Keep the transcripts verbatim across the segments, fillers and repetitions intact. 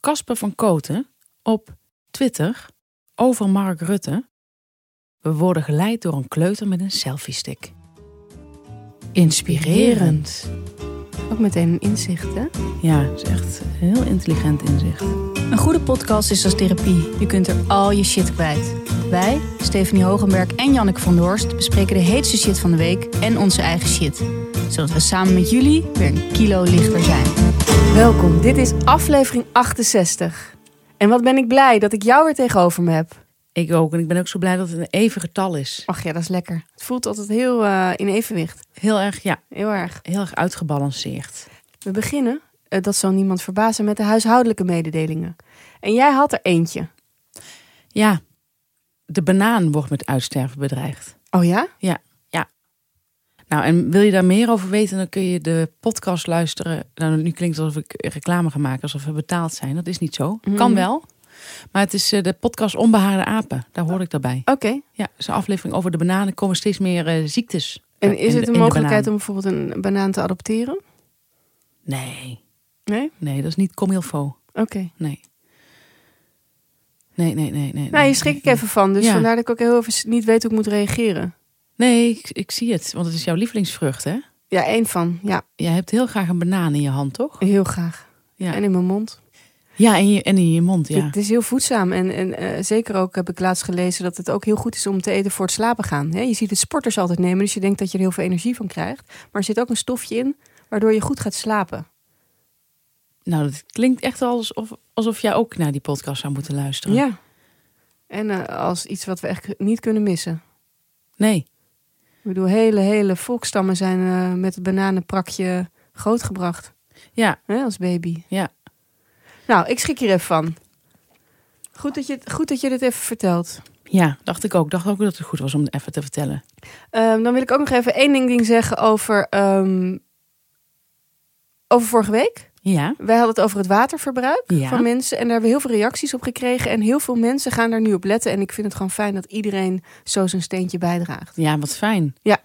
Casper van Kooten op Twitter over Mark Rutte. We worden geleid door een kleuter met een selfie-stick. Inspirerend. Ook meteen een inzicht, hè? Ja, het is echt een heel intelligent inzicht. Een goede podcast is als therapie. Je kunt er al je shit kwijt. Wij, Stephanie Hogenberg en Janneke van Doorst, bespreken de heetste shit van de week en onze eigen shit. Zodat we samen met jullie weer een kilo lichter zijn. Welkom, dit is aflevering achtenzestig. En wat ben ik blij dat ik jou weer tegenover me heb. Ik ook. En ik ben ook zo blij dat het een even getal is. Ach ja, dat is lekker. Het voelt altijd heel uh, in evenwicht. Heel erg, ja. Heel erg. Heel erg uitgebalanceerd. We beginnen, uh, dat zal niemand verbazen, met de huishoudelijke mededelingen. En jij had er eentje. Ja, de banaan wordt met uitsterven bedreigd. Oh ja? Ja, ja. Nou, en wil je daar meer over weten, dan kun je de podcast luisteren. Nou, nu klinkt het alsof ik reclame ga maken, alsof we betaald zijn. Dat is niet zo. Mm. Kan wel. Maar het is uh, de podcast Onbehaarde Apen. Daar hoor ik daarbij. Oké. Okay. Ja, het is een aflevering over de bananen. Er komen steeds meer uh, ziektes. En uh, is het de, een mogelijkheid om bijvoorbeeld een banaan te adopteren? Nee. Nee? Nee, dat is niet comme il faut. Oké. Okay. Nee. Nee, nee, nee, nee. Nou, hier schrik nee, ik even van. Dus ja. vandaar dat ik ook heel even niet weet hoe ik moet reageren. Nee, ik, ik zie het. Want het is jouw lievelingsvrucht, hè? Ja, één van. Ja. Jij hebt heel graag een banaan in je hand, toch? Heel graag. Ja. En in mijn mond. Ja, en, je, en in je mond, ja. Het is heel voedzaam. En, en uh, zeker ook heb ik laatst gelezen dat het ook heel goed is om te eten voor het slapen gaan. He, je ziet het sporters altijd nemen, dus je denkt dat je er heel veel energie van krijgt. Maar er zit ook een stofje in, waardoor je goed gaat slapen. Nou, dat klinkt echt alsof, alsof jij ook naar die podcast zou moeten luisteren. Ja. En uh, als iets wat we echt niet kunnen missen. Nee. Ik bedoel, hele, hele volkstammen zijn uh, met het bananenprakje grootgebracht. Ja. He, als baby. Ja. Nou, ik schrik hier even van. Goed dat je, goed dat je dit even vertelt. Ja, dacht ik ook. Dacht ook dat het goed was om het even te vertellen. Um, dan wil ik ook nog even één ding zeggen over, um, over vorige week. Ja. Wij hadden het over het waterverbruik ja. van mensen. En daar hebben we heel veel reacties op gekregen. En heel veel mensen gaan daar nu op letten. En ik vind het gewoon fijn dat iedereen zo zijn steentje bijdraagt. Ja, wat fijn. Ja.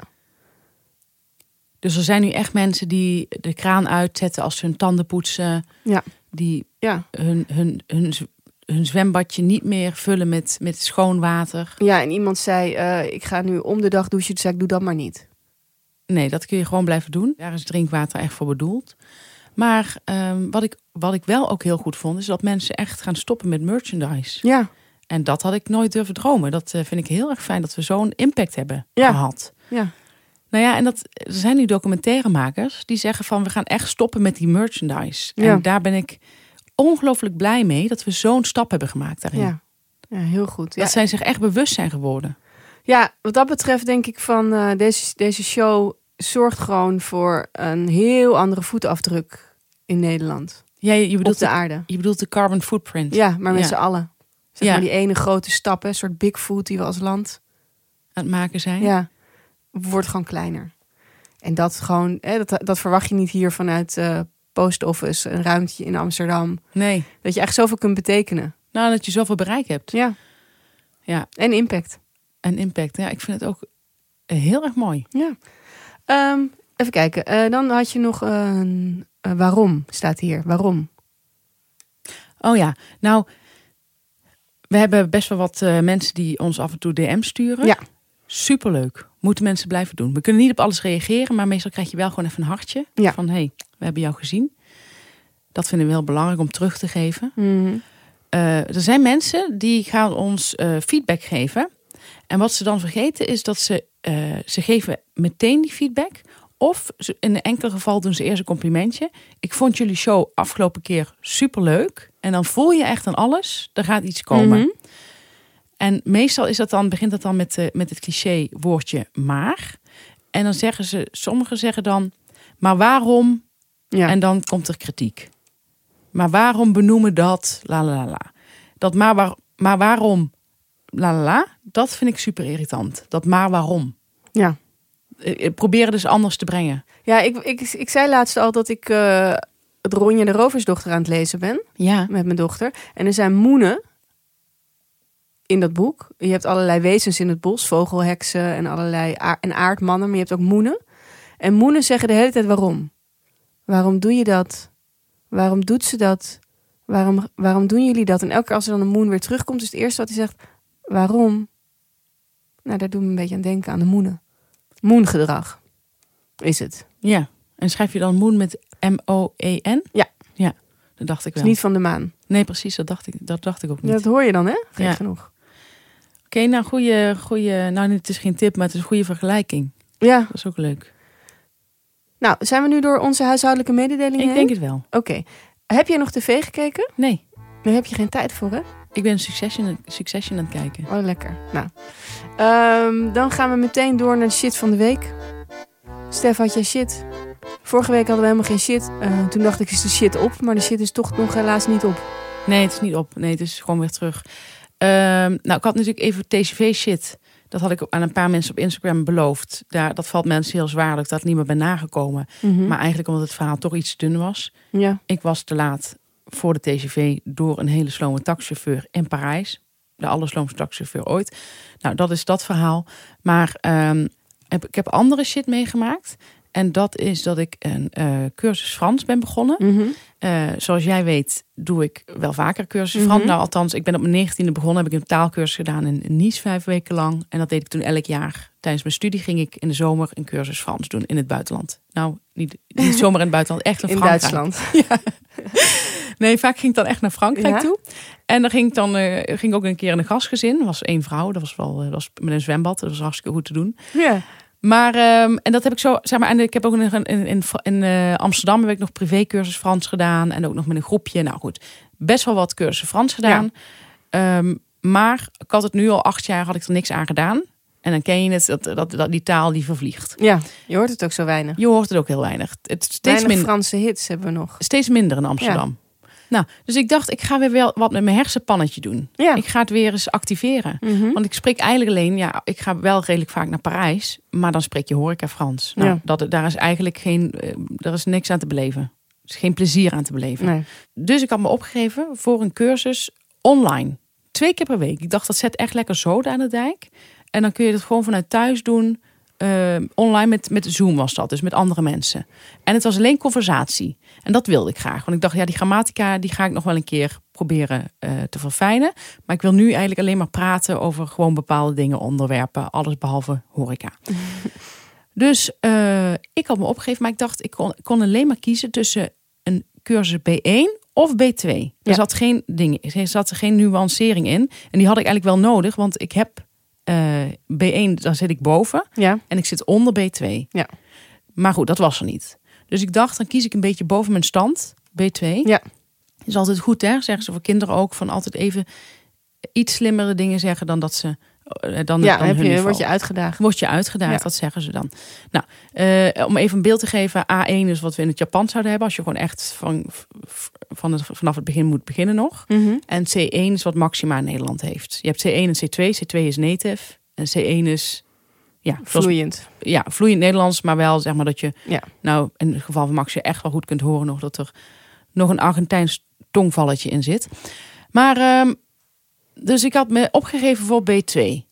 Dus er zijn nu echt mensen die de kraan uitzetten als ze hun tanden poetsen. Ja. Die ja. hun, hun, hun, hun zwembadje niet meer vullen met, met schoon water. Ja, en iemand zei, uh, ik ga nu om de dag douchen. Dus zei ik, doe dat maar niet. Nee, dat kun je gewoon blijven doen. Daar is drinkwater echt voor bedoeld. Maar um, wat, ik, wat ik wel ook heel goed vond, is dat mensen echt gaan stoppen met merchandise. Ja. En dat had ik nooit durven dromen. Dat uh, vind ik heel erg fijn dat we zo'n impact hebben ja. gehad. Ja. Nou ja, en dat, er zijn nu documentairemakers die zeggen van we gaan echt stoppen met die merchandise. Ja. En daar ben ik ongelooflijk blij mee dat we zo'n stap hebben gemaakt daarin. Ja, ja heel goed. Dat ja. zij zich echt bewust zijn geworden. Ja, wat dat betreft denk ik van uh, deze, deze show zorgt gewoon voor een heel andere voetafdruk in Nederland. Ja, je, je bedoelt op de, de aarde. Je bedoelt de carbon footprint. Ja, maar met ja. z'n allen. Zeg ja. maar die ene grote stap, hè, een soort Bigfoot die we als land aan het maken zijn. Ja, wordt gewoon kleiner. En dat gewoon, hè, dat, dat verwacht je niet hier vanuit uh, Post Office, een ruimtje in Amsterdam. Nee. Dat je echt zoveel kunt betekenen. Nou, dat je zoveel bereik hebt. Ja. Ja. En impact. En impact. Ja, ik vind het ook heel erg mooi. Ja. Um, even kijken. Uh, dan had je nog uh, uh, waarom staat hier. Waarom? Oh ja, nou, we hebben best wel wat uh, mensen die ons af en toe D M sturen. Ja. Superleuk. Moeten mensen blijven doen. We kunnen niet op alles reageren, maar meestal krijg je wel gewoon even een hartje. Ja. Van, hé, hey, we hebben jou gezien. Dat vinden we heel belangrijk om terug te geven. Mm-hmm. Uh, er zijn mensen die gaan ons uh, feedback geven. En wat ze dan vergeten is dat ze, uh, ze geven meteen die feedback. Of in een enkele geval doen ze eerst een complimentje. Ik vond jullie show afgelopen keer superleuk. En dan voel je echt aan alles. Er gaat iets komen. Mm-hmm. En meestal is dat dan, begint dat dan met, uh, met het cliché woordje maar. En dan zeggen ze, sommigen zeggen dan, maar waarom? Ja. En dan komt er kritiek. Maar waarom benoemen dat? La la la. Dat maar, waar, maar waarom? La la la. Dat vind ik super irritant. Dat maar waarom. Ja. Probeer het dus anders te brengen. Ja, ik, ik, ik zei laatst al dat ik uh, het Ronja de Roversdochter aan het lezen ben. Ja. Met mijn dochter. En er zijn moenen in dat boek. Je hebt allerlei wezens in het bos. Vogelheksen en allerlei aard, en aardmannen. Maar je hebt ook moenen. En moenen zeggen de hele tijd waarom. Waarom doe je dat? Waarom doet ze dat? waarom, waarom doen jullie dat? En elke keer als er dan een moon weer terugkomt, is het eerste wat hij zegt, waarom? Nou, daar doen we een beetje aan denken aan de moenen. Moongedrag is het. Ja, en schrijf je dan moon met M O E N? Ja. Ja, dat dacht ik wel. Is niet van de maan. Nee, precies, dat dacht ik, dat dacht ik ook niet. Ja, dat hoor je dan, hè? Gek ja. genoeg. Oké, okay, nou, goede, goede, nou, het is geen tip, maar het is een goede vergelijking. Ja. Dat is ook leuk. Nou, zijn we nu door onze huishoudelijke mededelingen Ik heen? denk het wel. Oké. Okay. Heb je nog tv gekeken? Nee. Daar heb je geen tijd voor, hè? Ik ben Succession, Succession aan het kijken. Oh, lekker. Nou, um, dan gaan we meteen door naar de shit van de week. Stef, had jij shit? Vorige week hadden we helemaal geen shit. Uh, toen dacht ik, is de shit op? Maar de shit is toch nog helaas niet op. Nee, het is niet op. Nee, het is gewoon weer terug. Um, nou, ik had natuurlijk even T C V shit. Dat had ik aan een paar mensen op Instagram beloofd. Daar, dat valt mensen heel zwaar dat ik dat niet meer ben nagekomen. Mm-hmm. Maar eigenlijk omdat het verhaal toch iets te dun was. Ja. Ik was te laat voor de T C V door een hele slome taxichauffeur in Parijs. De allersloomste taxichauffeur ooit. Nou, dat is dat verhaal. Maar um, heb, ik heb andere shit meegemaakt. En dat is dat ik een uh, cursus Frans ben begonnen. Mm-hmm. Uh, zoals jij weet doe ik wel vaker cursus Mm-hmm. Frans. Nou, althans, ik ben op mijn negentiende begonnen. Heb ik een taalkursus gedaan in Nice vijf weken lang. En dat deed ik toen elk jaar. Tijdens mijn studie ging ik in de zomer een cursus Frans doen in het buitenland. Nou, niet, niet zomaar in het buitenland, echt in, in Frankrijk. Duitsland. Ja. Nee, vaak ging ik dan echt naar Frankrijk Ja? toe. En dan ging ik dan uh, ging ik ook een keer in een gastgezin. Er was één vrouw, dat was wel uh, dat was met een zwembad. Dat was hartstikke goed te doen. Ja. Maar, um, en dat heb ik zo, zeg maar, en ik heb ook in, in, in, in uh, Amsterdam heb ik nog privécursus Frans gedaan. En ook nog met een groepje. Nou goed, best wel wat cursussen Frans gedaan. Ja. Um, maar ik had het nu al acht jaar, had ik er niks aan gedaan. En dan ken je het, dat, dat, dat die taal die vervliegt. Ja, je hoort het ook zo weinig. Je hoort het ook heel weinig. Het steeds weinig minder, Franse hits hebben we nog. Steeds minder in Amsterdam. Ja. Nou, dus ik dacht, ik ga weer wel wat met mijn hersenpannetje doen. Ja. Ik ga het weer eens activeren. Mm-hmm. Want ik spreek eigenlijk alleen, ja, ik ga wel redelijk vaak naar Parijs. Maar dan spreek je horeca Frans. Nou, ja. dat, daar is eigenlijk geen, daar is niks aan te beleven. Er is geen plezier aan te beleven. Nee. Dus ik had me opgegeven voor een cursus online. Twee keer per week. Ik dacht, dat zet echt lekker zoden aan de dijk. En dan kun je het gewoon vanuit thuis doen. Uh, online met, met Zoom was dat, dus met andere mensen. En het was alleen conversatie. En dat wilde ik graag. Want ik dacht, ja, die grammatica, die ga ik nog wel een keer proberen uh, te verfijnen. Maar ik wil nu eigenlijk alleen maar praten over gewoon bepaalde dingen, onderwerpen. Alles behalve horeca. Dus uh, ik had me opgegeven, maar ik dacht, ik kon, ik kon alleen maar kiezen tussen een cursus B één of B twee. Er Ja. zat geen ding, er zat geen nuancering in. En die had ik eigenlijk wel nodig, want ik heb uh, B één, daar zit ik boven. Ja. En ik zit onder B twee. Ja. Maar goed, dat was er niet. Dus ik dacht, dan kies ik een beetje boven mijn stand. B twee. Ja. Is altijd goed, hè? Zeggen ze voor kinderen ook. Van altijd even iets slimmere dingen zeggen dan dat ze... Dan, ja, dan heb je, hun word je uitgedaagd. Word je uitgedaagd, Ja. dat zeggen ze dan. Nou, uh, om even een beeld te geven. A één is wat we in het Japan zouden hebben. Als je gewoon echt van, van het, vanaf het begin moet beginnen nog. Mm-hmm. En C één is wat Maxima in Nederland heeft. Je hebt C één en C twee. C twee is native. En C één is... Ja, zoals, Vloeiend. ja, vloeiend Nederlands, maar wel zeg maar dat je, Ja. nou in het geval van Max, je echt wel goed kunt horen nog dat er nog een Argentijns tongvalletje in zit. Maar, um, dus ik had me opgegeven voor B twee.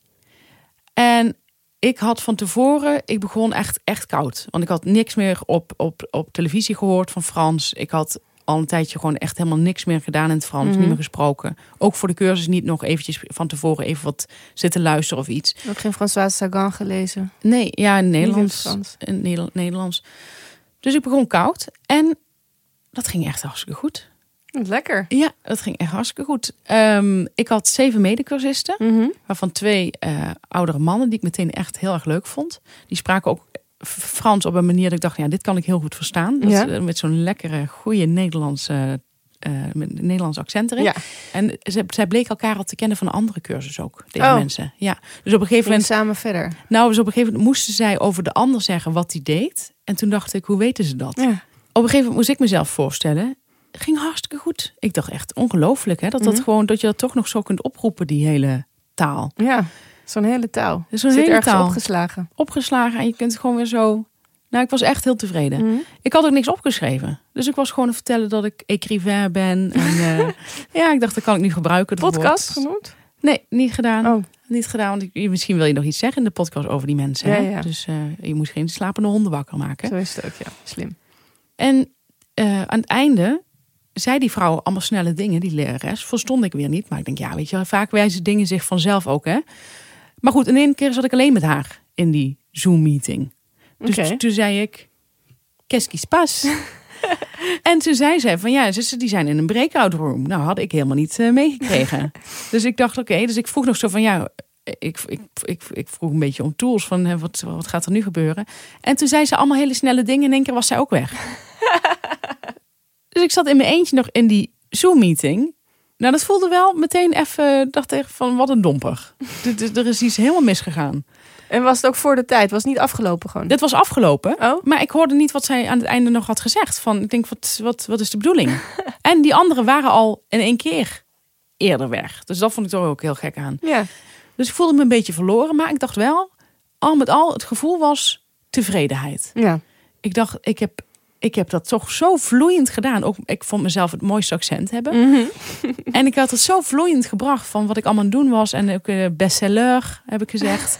En ik had van tevoren, ik begon echt, echt koud. Want ik had niks meer op, op, op televisie gehoord van Frans. Ik had al een tijdje gewoon echt helemaal niks meer gedaan in het Frans, Mm-hmm. niet meer gesproken. Ook voor de cursus niet nog eventjes van tevoren even wat zitten luisteren of iets. Ook geen François Sagan gelezen. Nee, ja, in Nederlands. Niet in het Frans. In Neder- Nederlands. Dus ik begon koud. En dat ging echt hartstikke goed. Lekker. Ja, dat ging echt hartstikke goed. Um, ik had zeven medecursisten. Mm-hmm. Waarvan twee uh, oudere mannen die ik meteen echt heel erg leuk vond. Die spraken ook Frans op een manier dat ik dacht, ja, dit kan ik heel goed verstaan. Dat, Ja. uh, met zo'n lekkere, goede Nederlandse... Uh, met een Nederlands accent erin. Ja. En ze, zij bleken elkaar al te kennen van een andere cursus ook. Deze Oh. mensen. Ja. Dus op een gegeven Ging moment... samen verder. Nou, dus op een gegeven moment moesten zij over de ander zeggen wat hij deed. En toen dacht ik, hoe weten ze dat? Ja. Op een gegeven moment moest ik mezelf voorstellen. Ging hartstikke goed. Ik dacht echt ongelooflijk, hè? Dat, dat, Mhm. gewoon, dat je dat toch nog zo kunt oproepen, die hele taal. Ja, zo'n hele taal. Dus zo'n Zit hele ergens taal. opgeslagen. Opgeslagen en je kunt gewoon weer zo... Nou, ik was echt heel tevreden. Mhm. Ik had ook niks opgeschreven. Dus ik was gewoon aan het vertellen dat ik écrivain ben. En, uh, ja, ik dacht, dat kan ik nu gebruiken. dat Podcast woord. genoemd? Nee, niet gedaan. Oh. Niet gedaan, want ik, misschien wil je nog iets zeggen in de podcast over die mensen. Ja, Hè? ja. Dus uh, je moet geen slapende honden wakker maken. Zo is het ook, ja. Slim. En uh, aan het einde zei die vrouw allemaal snelle dingen, die lerares. Verstond ik weer niet. Maar ik denk, ja, weet je, vaak wijzen dingen zich vanzelf ook, hè. Maar goed, in één keer zat ik alleen met haar in die Zoom-meeting. Dus Okay. toen zei ik, qu'est-ce qui se passe? En toen zei zij van, ja, zussen, die zijn in een breakout room. Nou, had ik helemaal niet uh, meegekregen. Dus ik dacht, oké, okay, dus ik vroeg nog zo van, ja, ik, ik, ik, ik vroeg een beetje om tools van, hè, wat, wat gaat er nu gebeuren? En toen zei ze allemaal hele snelle dingen. In één keer was zij ook weg. Dus ik zat in mijn eentje nog in die Zoom-meeting. Nou, dat voelde wel meteen even, dacht ik van, wat een domper. Er is iets helemaal misgegaan. En was het ook voor de tijd? Was het niet afgelopen gewoon? Dit was afgelopen, Oh? maar ik hoorde niet wat zij aan het einde nog had gezegd. Van, ik denk, wat, wat, wat is de bedoeling? En die anderen waren al in één keer eerder weg. Dus dat vond ik toch ook heel gek aan. Ja. Dus ik voelde me een beetje verloren. Maar ik dacht wel, al met al, het gevoel was tevredenheid. Ja. Ik dacht, ik heb, ik heb dat toch zo vloeiend gedaan. Ook, ik vond mezelf het mooiste accent hebben. Mm-hmm. En ik had het zo vloeiend gebracht van wat ik allemaal aan het doen was. En ook uh, bestseller, heb ik gezegd.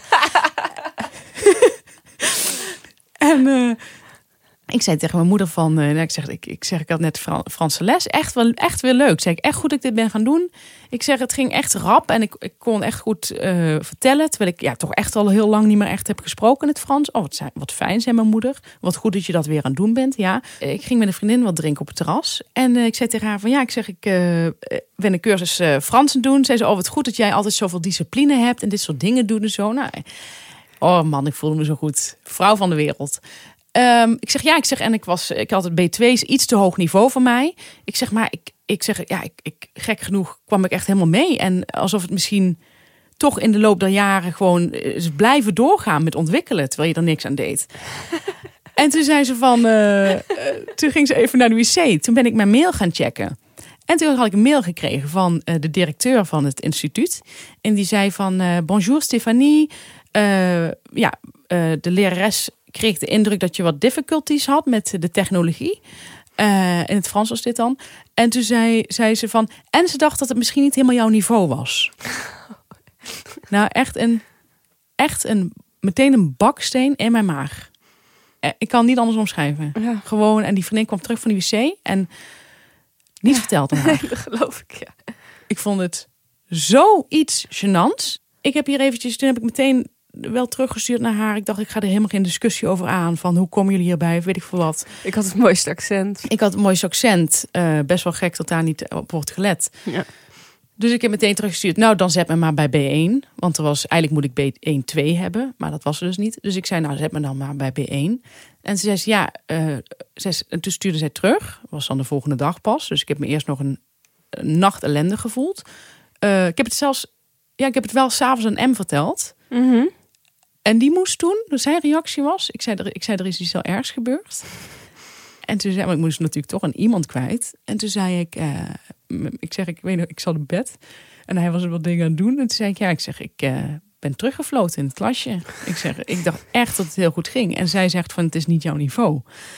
En uh, ik zei tegen mijn moeder van, uh, ik zeg, ik, ik zeg, ik had net Fran- Franse les, echt wel, echt weer leuk. Zeg ik, echt goed dat ik dit ben gaan doen. Ik zeg, het ging echt rap en ik, ik kon echt goed uh, vertellen, terwijl ik ja toch echt al heel lang niet meer echt heb gesproken in het Frans. Oh, wat, zijn, wat fijn, zei mijn moeder. Wat goed dat je dat weer aan het doen bent. Ja, ik ging met een vriendin wat drinken op het terras en uh, ik zei tegen haar van, ja, ik zeg, ik uh, ben een cursus uh, Frans aan het doen. Zei ze, oh, wat goed dat jij altijd zoveel discipline hebt en dit soort dingen doet en zo. Nou, oh man, ik voelde me zo goed. Vrouw van de wereld. Um, ik zeg ja, ik zeg en ik was, ik had het B twee, is iets te hoog niveau voor mij. Ik zeg maar, ik, ik zeg ja, ik, ik, gek genoeg kwam ik echt helemaal mee. En alsof het misschien toch in de loop der jaren gewoon is blijven doorgaan met ontwikkelen, terwijl je er niks aan deed. En toen zei ze van, uh, uh, toen ging ze even naar de wc. Toen ben ik mijn mail gaan checken. En toen had ik een mail gekregen van uh, de directeur van het instituut. En die zei van, uh, bonjour Stefanie. Uh, ja, uh, de lerares kreeg de indruk dat je wat difficulties had met de technologie. Uh, in het Frans was dit dan. En toen zei, zei ze van, en ze dacht dat het misschien niet helemaal jouw niveau was. Nou, echt een, echt een, meteen een baksteen in mijn maag. Ik kan het niet anders omschrijven. Ja. Gewoon, en die vriendin kwam terug van die wc en niet ja. verteld aan haar. Nee, dat geloof ik, ja. Ik vond het zoiets gênants. Ik heb hier eventjes, toen heb ik meteen wel teruggestuurd naar haar. Ik dacht, ik ga er helemaal geen discussie over aan. Van hoe komen jullie hierbij? Weet ik veel wat. Ik had het mooiste accent. Ik had het mooiste accent. Uh, best wel gek dat daar niet op wordt gelet. Ja. Dus ik heb meteen teruggestuurd. Nou, dan zet me maar bij B één. Want er was, eigenlijk moet ik B één twee hebben. Maar dat was er dus niet. Dus ik zei, nou, zet me dan maar bij B één. En ze zei, ja. Uh, ze, en toen stuurde zij terug. Dat was dan de volgende dag pas. Dus ik heb me eerst nog een, een nacht ellende gevoeld. Uh, ik heb het zelfs... Ja, ik heb het wel s'avonds aan M verteld. Mm-hmm. En die moest toen, dus zijn reactie was... Ik zei, er, ik zei, er is iets heel ergs gebeurd. En toen zei ik, moest natuurlijk toch aan iemand kwijt. En toen zei ik... Uh, ik zeg, ik weet nog, ik zat op bed. En hij was er wat dingen aan het doen. En toen zei ik, ja, ik zeg, ik uh, ben teruggefloten in het klasje. Ik zeg, ik dacht echt dat het heel goed ging. En zij zegt van, het is niet jouw niveau.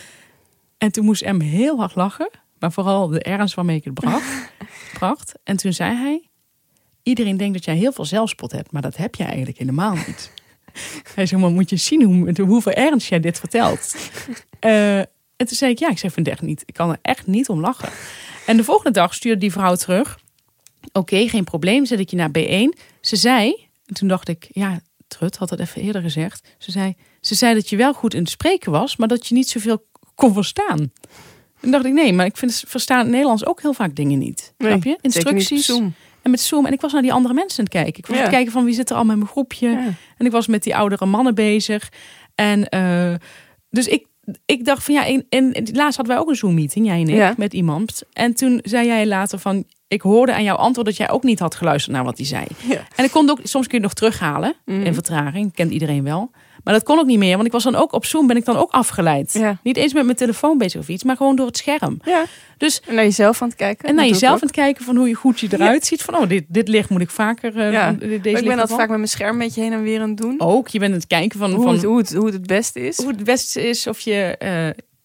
En toen moest M heel hard lachen. Maar vooral de ernst waarmee ik het bracht. bracht. En toen zei hij... Iedereen denkt dat jij heel veel zelfspot hebt. Maar dat heb jij eigenlijk helemaal niet. Hij zei, maar moet je zien hoe, hoeveel ernst jij dit vertelt. Uh, en toen zei ik, ja, ik zeg, vind het echt niet. Ik kan er echt niet om lachen. En de volgende dag stuurde die vrouw terug. Oké, okay, geen probleem, zet ik je naar B één. Ze zei, en toen dacht ik, ja, Trut had het even eerder gezegd. Ze zei, ze zei dat je wel goed in het spreken was, maar dat je niet zoveel kon verstaan. En dacht ik, nee, maar ik vind verstaan in het Nederlands ook heel vaak dingen niet. Nee, snap je? Instructies. En met Zoom. En ik was naar die andere mensen aan het kijken. Ik was ja. aan het kijken van wie zit er allemaal in mijn groepje. Ja. En ik was met die oudere mannen bezig. En uh, dus ik, ik dacht van ja, en, en laatst hadden wij ook een Zoom-meeting, jij en ik, ja. met iemand. En toen zei jij later van, ik hoorde aan jouw antwoord dat jij ook niet had geluisterd naar wat hij zei. Ja. En ik kon ook, soms kun je het nog terughalen mm. in vertraging. Kent iedereen wel. Maar dat kon ook niet meer, want ik was dan ook op Zoom, ben ik dan ook afgeleid. Ja. Niet eens met mijn telefoon bezig of iets, maar gewoon door het scherm. Ja. Dus, en naar jezelf aan het kijken. En naar jezelf aan het kijken van hoe je goed je eruit ja. ziet. Van oh, dit, dit licht moet ik vaker... Uh, ja. deze maar ik ben dat vaak met mijn scherm een beetje heen en weer aan het doen. Ook, je bent aan het kijken van... Hoe, van, het, hoe, het, hoe het het beste is. Hoe het beste is, of je... Uh,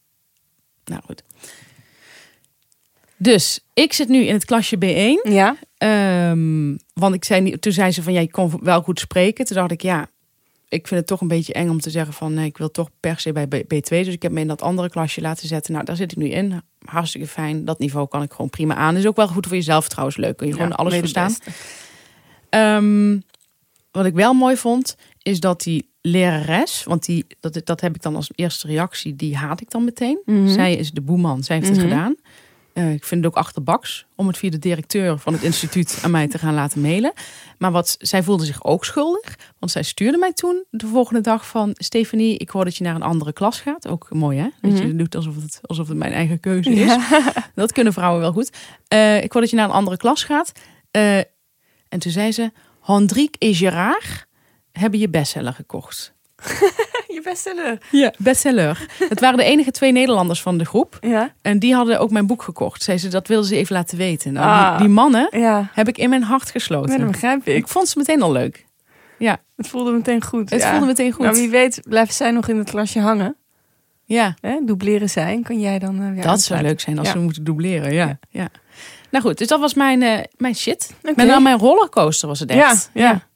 nou goed. Dus, ik zit nu in het klasje B één. Ja. Um, want ik zei, toen zei ze van, ja, je kon wel goed spreken. Toen dacht ik, ja... ik vind het toch een beetje eng om te zeggen van... nee, ik wil toch per se bij B twee. Dus ik heb me in dat andere klasje laten zetten. Nou, daar zit ik nu in. Hartstikke fijn. Dat niveau kan ik gewoon prima aan. Is ook wel goed voor jezelf trouwens leuk. Kun je gewoon ja, alles verstaan. Um, wat ik wel mooi vond, is dat die lerares... want die, dat, dat heb ik dan als eerste reactie, die haat ik dan meteen. Mm-hmm. Zij is de boeman, zij heeft mm-hmm. het gedaan. Uh, ik vind het ook achterbaks om het via de directeur van het instituut aan mij te gaan laten mailen. Maar wat, zij voelde zich ook schuldig. Want zij stuurde mij toen de volgende dag van... Stefanie, ik hoor dat je naar een andere klas gaat. Ook mooi hè? Dat mm-hmm. je doet alsof het, alsof het mijn eigen keuze is. Ja. Dat kunnen vrouwen wel goed. Uh, ik hoor dat je naar een andere klas gaat. Uh, en toen zei ze... Hendrik en Gerard hebben je bestseller gekocht. Je bestseller? Ja, bestseller. Het waren de enige twee Nederlanders van de groep. Ja. En die hadden ook mijn boek gekocht. Zei ze, dat wilden ze even laten weten. Nou, ah. die, die mannen ja. heb ik in mijn hart gesloten. Ja, dat begrijp ik. Ik vond ze meteen al leuk. Ja. Het voelde meteen goed. Het ja. voelde meteen goed. Nou, wie weet blijven zij nog in het klasje hangen. Ja. Hè? Dubleren zijn, kan jij dan uh, weer Dat zou leuk zijn als ja. we moeten dubleren, ja. ja. ja. Nou goed, dus dat was mijn, uh, mijn shit. Okay. Met nou, mijn rollercoaster was het echt. Ja, ja. ja.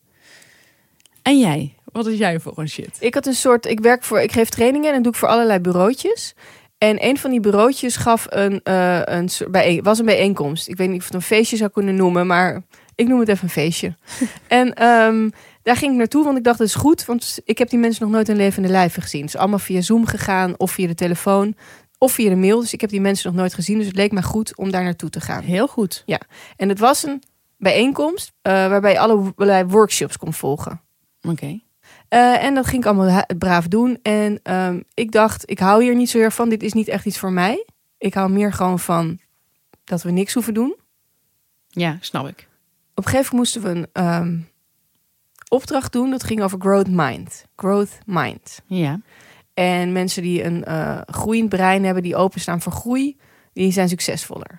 En jij? Wat is jij voor een shit? Ik had een soort, ik werk voor, ik geef trainingen en dat doe ik voor allerlei bureautjes. En een van die bureautjes gaf een, uh, een bij, was een bijeenkomst. Ik weet niet of het een feestje zou kunnen noemen, maar ik noem het even een feestje. en um, daar ging ik naartoe, want ik dacht, dat is goed. Want ik heb die mensen nog nooit in levende lijven gezien. Het is allemaal via Zoom gegaan of via de telefoon. Of via de mail. Dus ik heb die mensen nog nooit gezien. Dus het leek me goed om daar naartoe te gaan. Heel goed. Ja. En het was een bijeenkomst uh, waarbij je allerlei workshops kon volgen. Oké. Okay. Uh, en dat ging ik allemaal braaf doen. En um, ik dacht, ik hou hier niet zo erg van. Dit is niet echt iets voor mij. Ik hou meer gewoon van dat we niks hoeven doen. Ja, snap ik. Op een gegeven moment moesten we een um, opdracht doen. Dat ging over growth mind. Growth mind. Ja. En mensen die een uh, groeiend brein hebben, die openstaan voor groei, die zijn succesvoller.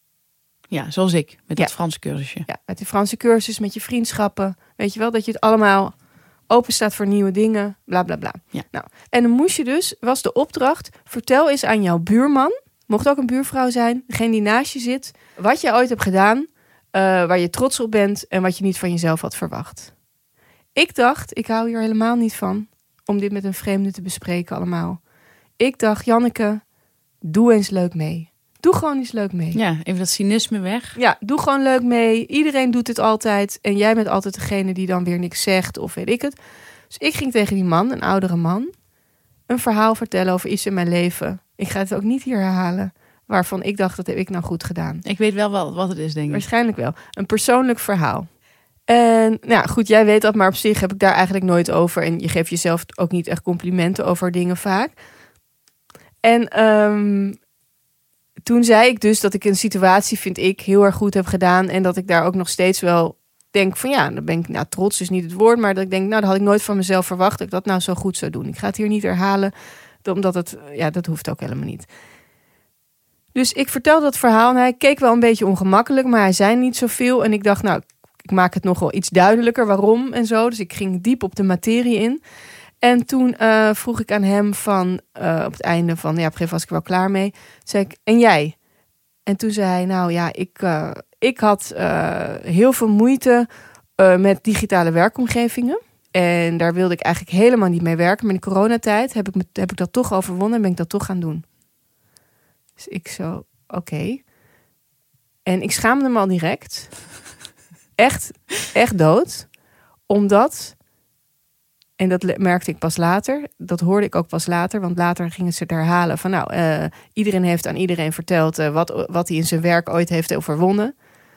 Ja, zoals ik, met ja. het Franse cursusje. Ja, met de Franse cursus, met je vriendschappen. Weet je wel, dat je het allemaal open staat voor nieuwe dingen, bla bla bla. Ja. Nou, en dan moest je dus, was de opdracht, vertel eens aan jouw buurman, mocht ook een buurvrouw zijn, degene die naast je zit, wat je ooit hebt gedaan, uh, waar je trots op bent en wat je niet van jezelf had verwacht. Ik dacht, ik hou hier helemaal niet van om dit met een vreemde te bespreken allemaal. Ik dacht, Janneke, doe eens leuk mee. Doe gewoon eens leuk mee. Ja, even dat cynisme weg. Ja, doe gewoon leuk mee. Iedereen doet het altijd. En jij bent altijd degene die dan weer niks zegt of weet ik het. Dus ik ging tegen die man, een oudere man, een verhaal vertellen over iets in mijn leven. Ik ga het ook niet hier herhalen. Waarvan ik dacht, dat heb ik nou goed gedaan. Ik weet wel wel wat het is, denk ik. Waarschijnlijk wel. Een persoonlijk verhaal. En nou goed, jij weet dat, maar op zich heb ik daar eigenlijk nooit over. En je geeft jezelf ook niet echt complimenten over dingen vaak. En um, toen zei ik dus dat ik een situatie, vind ik, heel erg goed heb gedaan. En dat ik daar ook nog steeds wel denk van ja, dan ben ik, nou trots is niet het woord. Maar dat ik denk, nou dat had ik nooit van mezelf verwacht dat ik dat nou zo goed zou doen. Ik ga het hier niet herhalen, omdat het, ja dat hoeft ook helemaal niet. Dus ik vertelde dat verhaal en hij keek wel een beetje ongemakkelijk, maar hij zei niet zoveel. En ik dacht, nou, ik maak het nog wel iets duidelijker waarom en zo. Dus ik ging diep op de materie in. En toen uh, vroeg ik aan hem van, uh, op het einde van, ja, op een gegeven moment was ik wel klaar mee. Toen zei ik, en jij? En toen zei hij, nou ja, ik, uh, ik had uh, heel veel moeite uh, met digitale werkomgevingen. En daar wilde ik eigenlijk helemaal niet mee werken. Maar in de coronatijd heb ik, me, heb ik dat toch overwonnen en ben ik dat toch gaan doen. Dus ik zo, oké. Okay. En ik schaamde me al direct. Echt, echt dood. Omdat, en dat merkte ik pas later, dat hoorde ik ook pas later, want later gingen ze het herhalen van nou, uh, iedereen heeft aan iedereen verteld uh, wat, wat hij in zijn werk ooit heeft overwonnen.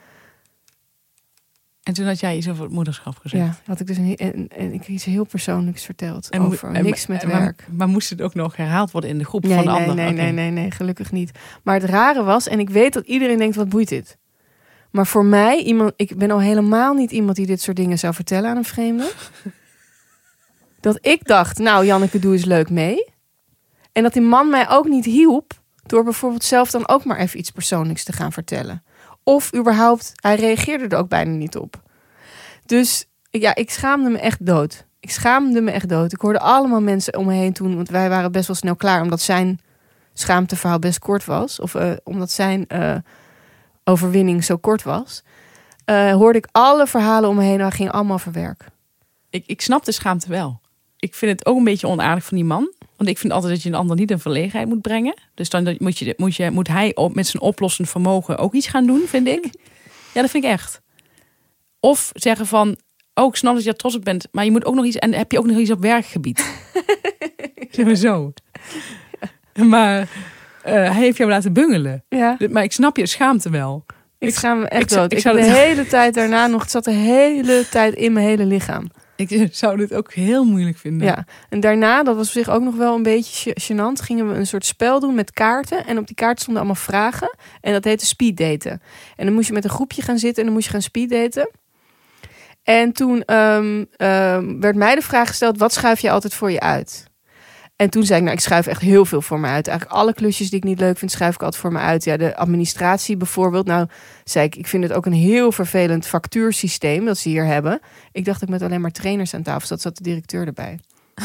En toen had jij iets over het moederschap gezegd. Ja, had ik dus een, en, en ik iets heel persoonlijks verteld en, over en, niks met en, werk. Maar, maar moest het ook nog herhaald worden in de groep nee, van de nee, anderen? Nee, okay. nee, nee, nee, gelukkig niet. Maar het rare was, en ik weet dat iedereen denkt, wat boeit dit? Maar voor mij, iemand, ik ben al helemaal niet iemand die dit soort dingen zou vertellen aan een vreemde. Dat ik dacht, nou Janneke, doe eens leuk mee. En dat die man mij ook niet hielp door bijvoorbeeld zelf dan ook maar even iets persoonlijks te gaan vertellen. Of überhaupt, hij reageerde er ook bijna niet op. Dus ja, ik schaamde me echt dood. Ik schaamde me echt dood. Ik hoorde allemaal mensen om me heen toen, want wij waren best wel snel klaar, omdat zijn schaamteverhaal best kort was. Of uh, omdat zijn uh, overwinning zo kort was. Uh, hoorde ik alle verhalen om me heen, dat ging allemaal over werk. Ik, ik snap de schaamte wel. ik vind het ook een beetje onaardig van die man. Want ik vind altijd dat je een ander niet in verlegenheid moet brengen. Dus dan moet, je, moet, je, moet hij op, met zijn oplossend vermogen ook iets gaan doen, vind ik. Ja, dat vind ik echt. Of zeggen van, oh, ik snap dat je er trots op bent. Maar je moet ook nog iets, en heb je ook nog iets op werkgebied. Zeg maar zo. Maar uh, hij heeft jou laten bungelen. Ja. Maar ik snap je schaamte wel. Ik schaam me echt ik, dood. Ik, ik zou de het... hele tijd daarna nog... Het zat de hele tijd in mijn hele lichaam. Ik zou dit ook heel moeilijk vinden. Ja. En daarna, dat was op zich ook nog wel een beetje gênant... gingen we een soort spel doen met kaarten. En op die kaart stonden allemaal vragen. En dat heette speeddaten. En dan moest je met een groepje gaan zitten... en dan moest je gaan speeddaten. En toen um, um, werd mij de vraag gesteld... wat schuif je altijd voor je uit? En toen zei ik, nou, ik schuif echt heel veel voor me uit. Eigenlijk alle klusjes die ik niet leuk vind, schuif ik altijd voor me uit. Ja, de administratie bijvoorbeeld. Nou, zei ik, ik vind het ook een heel vervelend factuursysteem dat ze hier hebben. Ik dacht dat ik met alleen maar trainers aan tafel zat, zat de directeur erbij.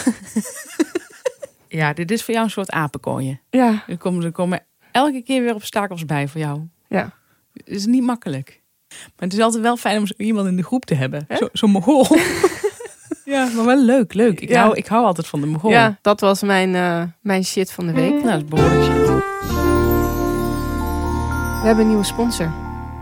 Ja, dit is voor jou een soort apenkooien. Ja. Er komen, er komen elke keer weer obstakels bij voor jou. Ja. Het is niet makkelijk. Maar het is altijd wel fijn om zo iemand in de groep te hebben. Zo'n zo Mogol. Ja, maar wel leuk, leuk. Ik, ja. hou, ik hou altijd van de Mogol. Ja, dat was mijn, uh, mijn shit van de week. Nou, dat is behoorlijk shit. We hebben een nieuwe sponsor.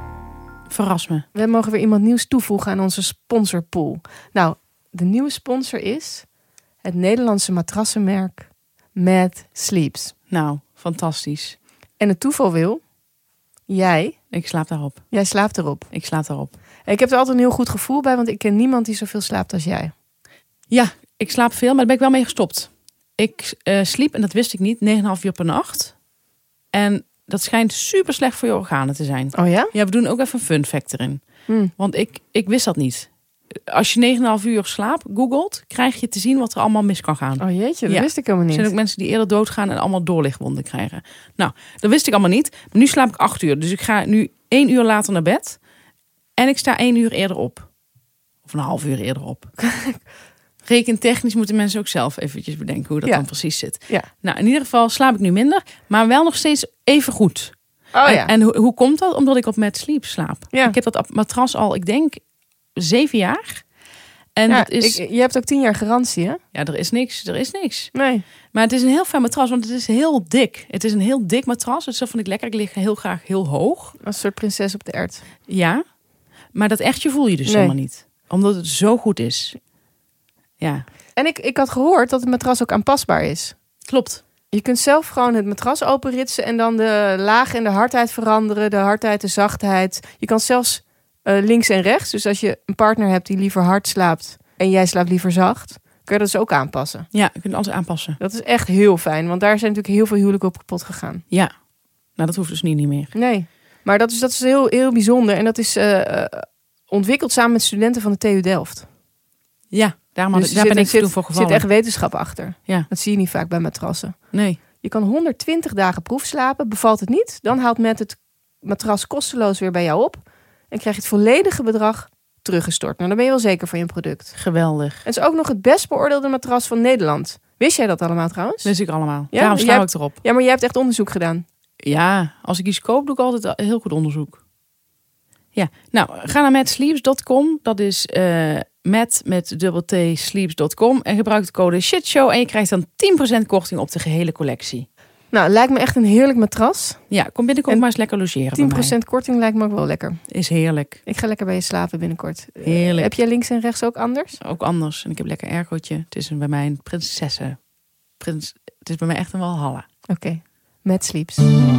Verras me. We mogen weer iemand nieuws toevoegen aan onze sponsorpool. Nou, de nieuwe sponsor is het Nederlandse matrassenmerk Mad Sleeps. Nou, fantastisch. En het toeval wil, jij... Ik slaap daarop. Jij slaapt erop. Ik slaap daarop. Ik heb er altijd een heel goed gevoel bij, want ik ken niemand die zoveel slaapt als jij. Ja, ik slaap veel, maar daar ben ik wel mee gestopt. Ik uh, sliep, en dat wist ik niet, negen komma vijf uur per nacht. En dat schijnt super slecht voor je organen te zijn. Oh ja? Ja, we doen ook even een fun fact erin. Hmm. Want ik, ik wist dat niet. Als je negen komma vijf uur slaap googelt, krijg je te zien wat er allemaal mis kan gaan. Oh jeetje, dat ja. wist ik helemaal niet. Er zijn ook mensen die eerder doodgaan en allemaal doorlichtwonden krijgen. Nou, dat wist ik allemaal niet. Maar nu slaap ik acht uur. Dus ik ga nu één uur later naar bed. En ik sta één uur eerder op. Of een half uur eerder op. Rekentechnisch moeten mensen ook zelf eventjes bedenken hoe dat ja. dan precies zit. Ja. Nou, in ieder geval slaap ik nu minder. Maar wel nog steeds even goed. Oh, en ja. en hoe, hoe komt dat? Omdat ik op Mad Sleep slaap. Ja. Ik heb dat matras al, ik denk, zeven jaar. En ja, dat is... ik, je hebt ook tien jaar garantie, hè? Ja, er is niks. Er is niks. Nee. Maar het is een heel fijn matras, want het is heel dik. Het is een heel dik matras. Dus dat vond ik lekker. Ik lig heel graag heel hoog. Als een soort prinses op de ert. Ja. Maar dat echtje voel je dus nee. helemaal niet. Omdat het zo goed is. Ja. En ik, ik had gehoord dat het matras ook aanpasbaar is. Klopt. Je kunt zelf gewoon het matras openritsen en dan de laag en de hardheid veranderen. De hardheid, de zachtheid. Je kan zelfs uh, links en rechts. Dus als je een partner hebt die liever hard slaapt en jij slaapt liever zacht, kun je dat dus ook aanpassen. Ja, je kunt alles aanpassen. Dat is echt heel fijn, want daar zijn natuurlijk heel veel huwelijken op kapot gegaan. Ja. Nou, dat hoeft dus nu niet meer. Nee. Maar dat is, dat is heel, heel bijzonder. En dat is uh, ontwikkeld samen met studenten van de T U Delft. Ja, daarom had dus ik, daar zit, ben ik zit, toen voor Er gevallen. zit echt wetenschap achter. Ja. Dat zie je niet vaak bij matrassen. Nee. Je kan honderdtwintig dagen proefslapen. Bevalt het niet, dan haalt met het matras kosteloos weer bij jou op. En krijg je het volledige bedrag teruggestort. Nou, dan ben je wel zeker van je product. Geweldig. Het is ook nog het best beoordeelde matras van Nederland. Wist jij dat allemaal trouwens? Wist ik allemaal. Ja? Daarom Jij sta ik hebt- erop. Ja, maar jij hebt echt onderzoek gedaan. Ja, als ik iets koop, doe ik altijd heel goed onderzoek. Ja, nou, ga naar mad sleeps dot com. Dat is uh, met met dubbel t sleeps dot com en gebruik de code shitshow en je krijgt dan tien procent korting op de gehele collectie. Nou, lijkt me echt een heerlijk matras. Ja, kom binnenkort En maar eens lekker logeren tien bij procent korting lijkt me ook wel lekker. mij. Is heerlijk. Ik ga lekker bij je slapen binnenkort. Uh, Heerlijk. heb jij links en rechts ook anders? Ook anders. En ik heb lekker aircootje. Het is een, bij mij een prinsessen. Prins, het is bij mij echt een walhalla. Oké, okay. Mad Sleeps.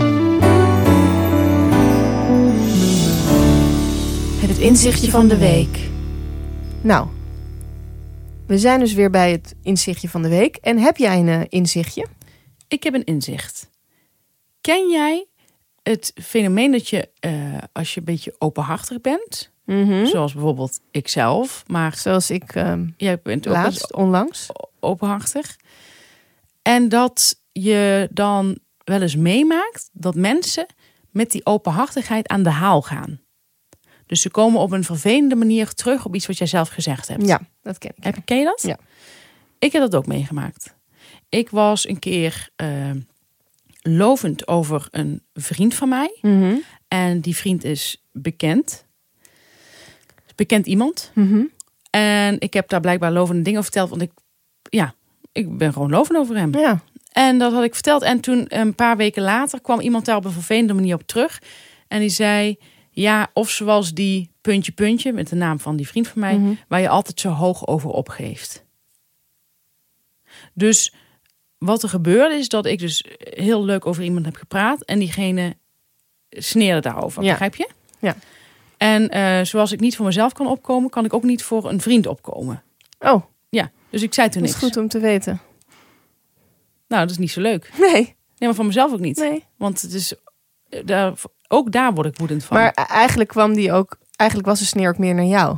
Het inzichtje van de week. Nou, we zijn dus weer bij het inzichtje van de week. En heb jij een uh, inzichtje? Ik heb een inzicht. Ken jij het fenomeen dat je, uh, als je een beetje openhartig bent, Mm-hmm. zoals bijvoorbeeld ikzelf, maar Zoals ik um, jij bent ook laatst, eens onlangs. openhartig, en dat je dan wel eens meemaakt dat mensen met die openhartigheid aan de haal gaan. Dus ze komen op een vervelende manier terug op iets wat jij zelf gezegd hebt. Ja, dat ken ik. Heb, ken je dat? Ja. Ik heb dat ook meegemaakt. Ik was een keer uh, lovend over een vriend van mij. Mm-hmm. En die vriend is bekend. Bekend iemand. Mm-hmm. En ik heb daar blijkbaar lovende dingen over verteld. Want ik ja, ik ben gewoon lovend over hem. Ja. En dat had ik verteld. En toen een paar weken later kwam iemand daar op een vervelende manier op terug. En die zei, ja, of zoals die puntje puntje, met de naam van die vriend van mij, Mm-hmm. waar je altijd zo hoog over opgeeft. Dus wat er gebeurde is dat ik dus heel leuk over iemand heb gepraat. En diegene sneerde daarover. Ja. Begrijp je? Ja. En uh, zoals ik niet voor mezelf kan opkomen, kan ik ook niet voor een vriend opkomen. Oh, Ja, dus ik zei toen dat niks. is goed om te weten. Nou, dat is niet zo leuk. Nee, Nee, maar van mezelf ook niet. nee. Want het is, daar, ook daar word ik woedend van. Maar eigenlijk kwam die ook... Eigenlijk was de sneer ook meer naar jou.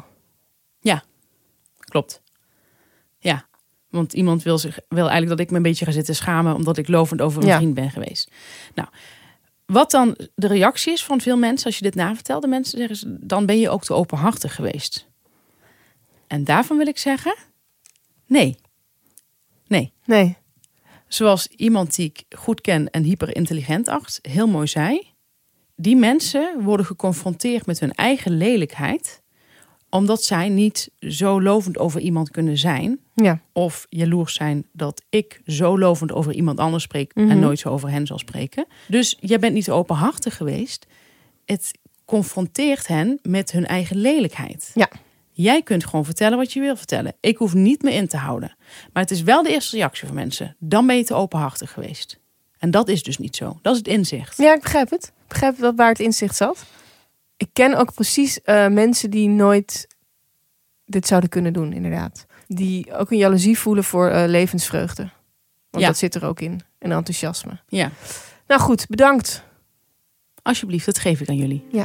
Klopt. Ja, want iemand wil, zich, wil eigenlijk dat ik me een beetje ga zitten schamen, omdat ik lovend over een Ja. vriend ben geweest. Nou, wat dan de reactie is van veel mensen, als je dit navertelt, de mensen zeggen ze, dan ben je ook te openhartig geweest. En daarvan wil ik zeggen, nee. Nee. Nee. Zoals iemand die ik goed ken en hyperintelligent acht, heel mooi zei, die mensen worden geconfronteerd met hun eigen lelijkheid, omdat zij niet zo lovend over iemand kunnen zijn, Ja. of jaloers zijn dat ik zo lovend over iemand anders spreek Mhm. en nooit zo over hen zal spreken. Dus jij bent niet openhartig geweest. Het confronteert hen met hun eigen lelijkheid. Ja. Jij kunt gewoon vertellen wat je wil vertellen. Ik hoef niet meer in te houden. Maar het is wel de eerste reactie van mensen. Dan ben je te openhartig geweest. En dat is dus niet zo. Dat is het inzicht. Ja, ik begrijp het. Ik begrijp dat waar het inzicht zat. Ik ken ook precies uh, mensen die nooit dit zouden kunnen doen, inderdaad. Die ook een jaloezie voelen voor uh, levensvreugde. Want Ja. dat zit er ook in. En enthousiasme. Ja. Nou goed, bedankt. Alsjeblieft, dat geef ik aan jullie. Ja.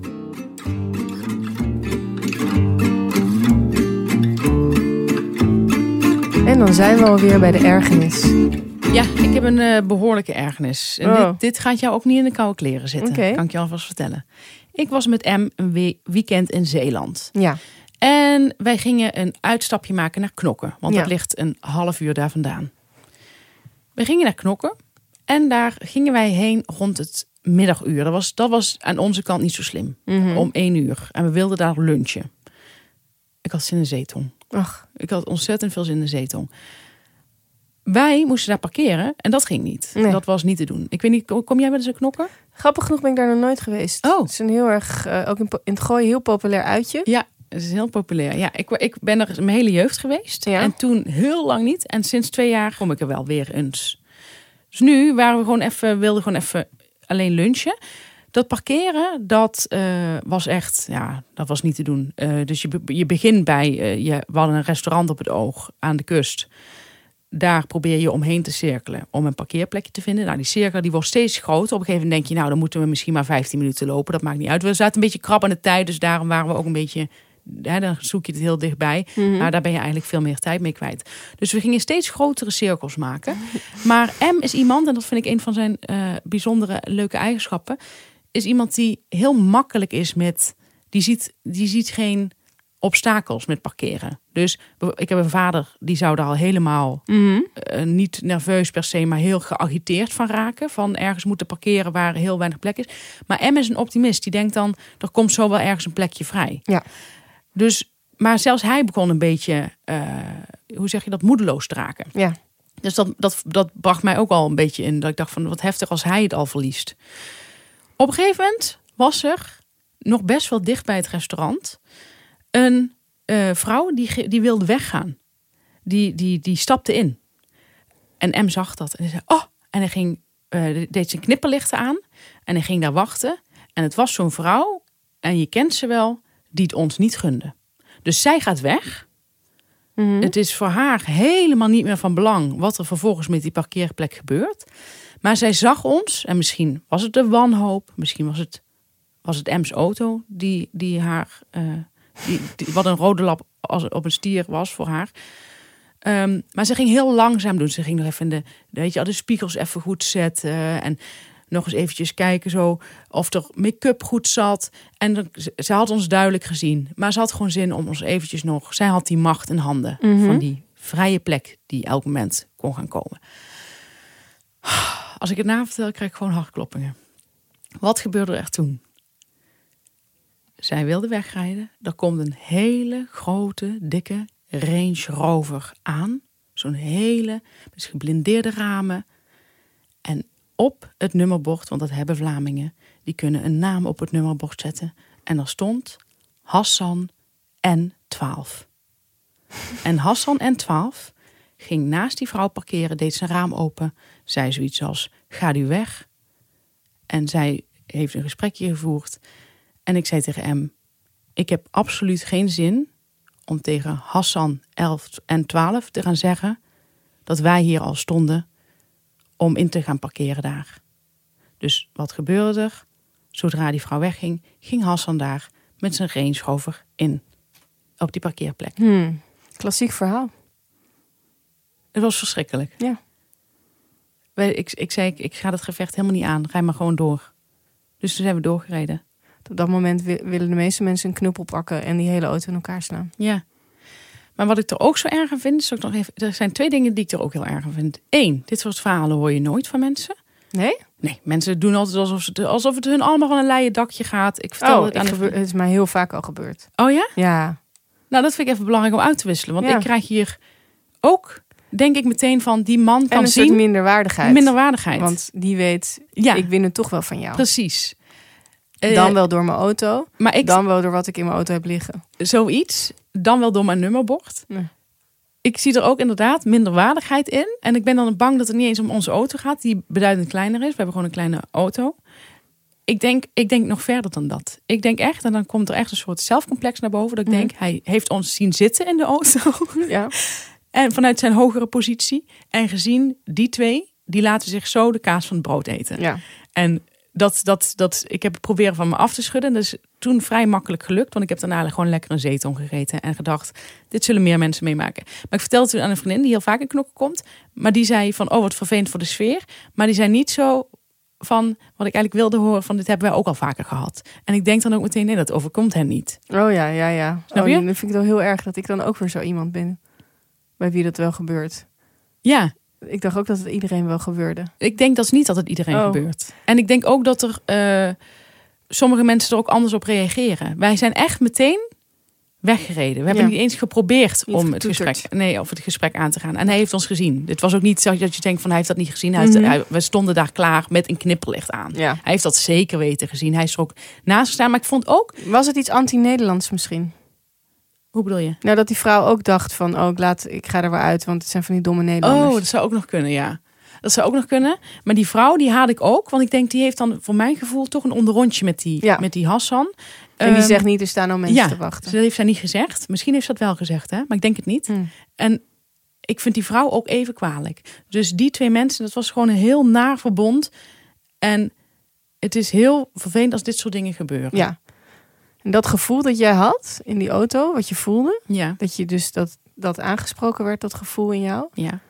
En dan zijn we alweer bij de ergernis. Ja, ik heb een uh, behoorlijke ergernis. En Oh. dit, dit gaat jou ook niet in de koude kleren zitten. Oké. Kan ik je alvast vertellen. Ik was met M een we- weekend in Zeeland. Ja. En wij gingen een uitstapje maken naar Knokken. Want Ja. dat ligt een half uur daar vandaan. We gingen naar Knokken. En daar gingen wij heen rond het middaguur. Dat was, dat was aan onze kant niet zo slim. Mhm. Om één uur. En we wilden daar lunchen. Ik had zin in zeetong. Ach, Ik had ontzettend veel zin in de zeetong. Wij moesten daar parkeren en dat ging niet. Nee. Dat was niet te doen. Ik weet niet, kom kom jij wel eens een Knokken? grappig genoeg ben ik daar nog nooit geweest. Oh. Het is een heel erg, uh, ook in, po- in het gooien, heel populair uitje. Ja, het is heel populair. Ja, ik, ik ben er mijn hele jeugd geweest. Ja. En toen heel lang niet. En sinds twee jaar kom ik er wel weer eens. Dus nu waren we gewoon even, wilden gewoon even alleen lunchen. Dat parkeren, dat uh, was echt, ja, dat was niet te doen. Uh, dus je, be- je begint bij, uh, je, we hadden een restaurant op het oog aan de kust. Daar probeer je omheen te cirkelen om een parkeerplekje te vinden. Nou, die cirkel die wordt steeds groter. Op een gegeven moment denk je, nou, dan moeten we misschien maar vijftien minuten lopen. Dat maakt niet uit. We zaten een beetje krap aan de tijd, dus daarom waren we ook een beetje, hè, dan zoek je het heel dichtbij. Mhm. Maar daar ben je eigenlijk veel meer tijd mee kwijt. Dus we gingen steeds grotere cirkels maken. Maar M is iemand, en dat vind ik een van zijn uh, bijzondere leuke eigenschappen, is iemand die heel makkelijk is met, die ziet, die ziet geen obstakels met parkeren. Dus ik heb een vader die zou daar al helemaal Mhm. uh, niet nerveus per se, maar heel geagiteerd van raken. Van ergens moeten parkeren waar heel weinig plek is. Maar M is een optimist. Die denkt dan, er komt zo wel ergens een plekje vrij. Ja. Dus, maar zelfs hij begon een beetje, uh, hoe zeg je dat, moedeloos te raken. Ja. Dus dat, dat, dat bracht mij ook al een beetje in. Dat ik dacht van, wat heftig als hij het al verliest. Op een gegeven moment was er nog best wel dicht bij het restaurant een uh, vrouw die, ge- die wilde weggaan. Die, die, die stapte in. En M zag dat. En hij zei, oh. En hij ging, uh, deed zijn knipperlichten aan. En hij ging daar wachten. En het was zo'n vrouw, en je kent ze wel, die het ons niet gunde. Dus zij gaat weg. Mhm. Het is voor haar helemaal niet meer van belang wat er vervolgens met die parkeerplek gebeurt. Maar zij zag ons, en misschien was het de wanhoop, misschien was het, was het M's auto die, die haar, uh, die, die, wat een rode lap als, op een stier was voor haar. Um, maar ze ging heel langzaam doen. Ze ging nog even de, weet je, de spiegels even goed zetten en nog eens eventjes kijken zo of er make-up goed zat. En dan, ze had ons duidelijk gezien, maar ze had gewoon zin om ons eventjes nog. Zij had die macht in handen Mhm. van die vrije plek die elk moment kon gaan komen. Als ik het navertel, krijg ik gewoon hartkloppingen. Wat gebeurde er toen? Zij wilde wegrijden. Er komt een hele grote, dikke Range Rover aan. Zo'n hele, dus geblindeerde ramen. En op het nummerbord, want dat hebben Vlamingen, die kunnen een naam op het nummerbord zetten. En daar stond Hassan N twaalf. En Hassan N twaalf ging naast die vrouw parkeren, deed zijn raam open. Zei zoiets als, ga u weg. En zij heeft een gesprekje gevoerd. En ik zei tegen hem, ik heb absoluut geen zin om tegen Hassan elf en twaalf te gaan zeggen dat wij hier al stonden om in te gaan parkeren daar. Dus wat gebeurde er? Zodra die vrouw wegging, ging Hassan daar met zijn Range Rover in. Op die parkeerplek. Hmm. Klassiek verhaal. Het was verschrikkelijk. Ja. Ik, ik zei, ik, ik ga het gevecht helemaal niet aan. Rij maar gewoon door. Dus toen zijn we doorgereden. Op dat moment willen de meeste mensen een knuppel pakken en die hele auto in elkaar slaan. Ja. Maar wat ik er ook zo erg aan vind, is ook nog even, er zijn twee dingen die ik er ook heel erg aan vind. Eén, dit soort verhalen hoor je nooit van mensen. Nee? Nee, mensen doen altijd alsof het, alsof het hun allemaal van een leien dakje gaat. Ik vertel Oh, het aan ik de... gebeur, het is mij heel vaak al gebeurd. Oh ja? Ja. Nou, dat vind ik even belangrijk om uit te wisselen. Want Ja. ik krijg hier ook, denk ik meteen van, die man kan En een zien... soort minderwaardigheid. minderwaardigheid. Want die weet, Ja. ik win het toch wel van jou. Precies. Dan Eh, wel door mijn auto. Maar ik, Dan wel door wat ik in mijn auto heb liggen. zoiets, dan wel door mijn nummerbord. Nee. Ik zie er ook inderdaad minderwaardigheid in. En ik ben dan bang dat het niet eens om onze auto gaat, die beduidend kleiner is. We hebben gewoon een kleine auto. Ik denk, ik denk nog verder dan dat. Ik denk echt, en dan komt er echt een soort zelfcomplex naar boven. Dat ik Mhm. denk, hij heeft ons zien zitten in de auto. Ja. En vanuit zijn hogere positie. En gezien, die twee, die laten zich zo de kaas van het brood eten. Ja. En dat, dat, dat, ik heb het proberen van me af te schudden. Dat is toen vrij makkelijk gelukt. Want ik heb daarna gewoon lekker een zeeton gegeten. En gedacht, dit zullen meer mensen meemaken. Maar ik vertelde toen aan een vriendin die heel vaak in knokken komt. Maar die zei van, oh wat vervelend voor de sfeer. Maar die zei niet zo van, wat ik eigenlijk wilde horen. Van, dit hebben wij ook al vaker gehad. En ik denk dan ook meteen, nee, dat overkomt hen niet. Oh ja, ja, ja. Snap Oh, je? dan vind ik het wel heel erg dat ik dan ook weer zo iemand ben. Bij wie dat wel gebeurt. Ja, Ik dacht ook dat het iedereen wel gebeurde. ik denk dat is niet dat het iedereen Oh. gebeurt. En ik denk ook dat er uh, sommige mensen er ook anders op reageren. Wij zijn echt meteen weggereden. We hebben Ja. niet eens geprobeerd Niet om het getoeterd. gesprek, nee, of het gesprek aan te gaan. En hij heeft ons gezien. Het was ook niet zo dat je denkt van hij heeft dat niet gezien. Hij heeft, Mhm. hij, we stonden daar klaar met een knipperlicht aan. Ja. Hij heeft dat zeker weten gezien. Hij is er ook naast gestaan. Maar ik vond ook, Was het iets anti-Nederlands misschien? hoe bedoel je? Nou, dat die vrouw ook dacht van, oh, ik, laat, ik ga er weer uit, want het zijn van die domme Nederlanders. Oh, dat zou ook nog kunnen, ja. Dat zou ook nog kunnen. Maar die vrouw, die haat ik ook. Want ik denk, die heeft dan voor mijn gevoel toch een onderrondje met die, Ja. met die Hassan. En die Ehm, zegt niet, er staan al mensen ja, te wachten. dat heeft zij niet gezegd. Misschien heeft ze dat wel gezegd, hè? Maar ik denk het niet. Hm. En ik vind die vrouw ook even kwalijk. Dus die twee mensen, dat was gewoon een heel naar verbond. En het is heel vervelend als dit soort dingen gebeuren. Ja. En dat gevoel dat jij had in die auto, wat je voelde, Ja, dat je dus dat, dat aangesproken werd, dat gevoel in jou. ja.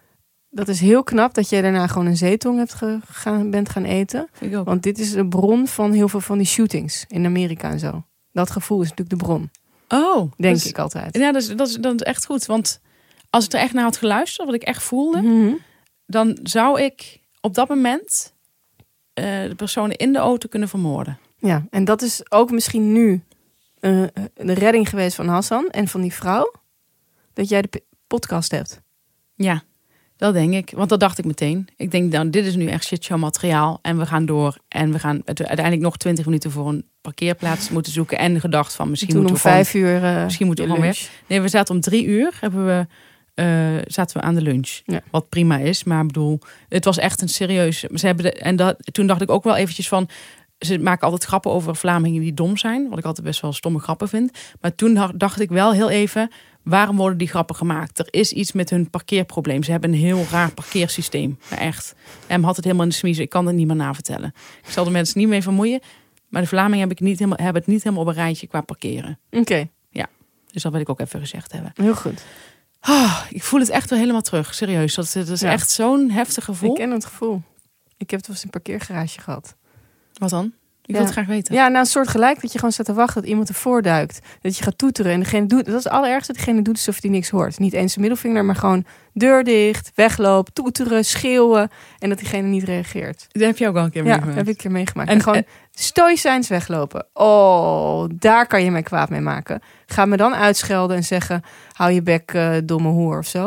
Dat is heel knap dat jij daarna gewoon een zeetong hebt gegaan, bent gaan eten. Vind ik ook. Want dit is de bron van heel veel van die shootings in Amerika en zo. Dat gevoel is natuurlijk de bron, Oh, denk dat is- ik altijd. Ja, dat is, dat, is, dat is echt goed. Want als ik er echt naar had geluisterd, wat ik echt voelde, Mhm. dan zou ik op dat moment eh, de personen in de auto kunnen vermoorden. Ja, en dat is ook misschien nu eh, de redding geweest van Hassan en van die vrouw. Dat jij de p- podcast hebt. Ja, dat denk ik. Want dat dacht ik meteen. Ik denk, dan, dit is nu echt shitshow materiaal. En we gaan door. En we gaan het, uiteindelijk nog twintig minuten voor een parkeerplaats moeten zoeken. En gedacht van misschien Toen om moeten we gewoon... vijf uur eh, misschien moeten we de gewoon lunch. Nee, we zaten om drie uur. Hebben we, eh, zaten we aan de lunch. Ja. Wat prima is. Maar ik bedoel, het was echt een serieus... Ze hebben de, en dat, toen dacht ik ook wel eventjes van... Ze maken altijd grappen over Vlamingen die dom zijn. Wat ik altijd best wel stomme grappen vind. Maar toen dacht ik wel heel even... Waarom worden die grappen gemaakt? Er is iets met hun parkeerprobleem. Ze hebben een heel raar parkeersysteem. Maar echt. Em had het helemaal in de smiezen. Ik kan het niet meer navertellen. Ik zal de mensen niet mee vermoeien. Maar de Vlamingen heb ik niet helemaal, hebben het niet helemaal op een rijtje qua parkeren. Oké, Dus dat wil ik ook even gezegd hebben. heel goed. Oh, ik voel het echt weer helemaal terug. Serieus. Dat, dat is Ja. echt zo'n heftig gevoel. Ik ken het gevoel. Ik heb het wel eens in een parkeergarage gehad. Wat dan? Ik Ja. wil het graag weten. Ja, nou een soort gelijk dat je gewoon staat te wachten dat iemand ervoor duikt. Dat je gaat toeteren en degene doet, dat is het allerergste, degene doet alsof hij niks hoort. Niet eens een middelvinger, maar gewoon deur dicht, weglopen, toeteren, schreeuwen en dat diegene niet reageert. Dat heb je ook al een keer Ja, meegemaakt. heb ik een keer meegemaakt. En- En, gewoon stoïcijns weglopen. Oh, daar kan je mij kwaad mee maken. Ga me dan uitschelden en zeggen, hou je bek, eh, domme hoer of zo.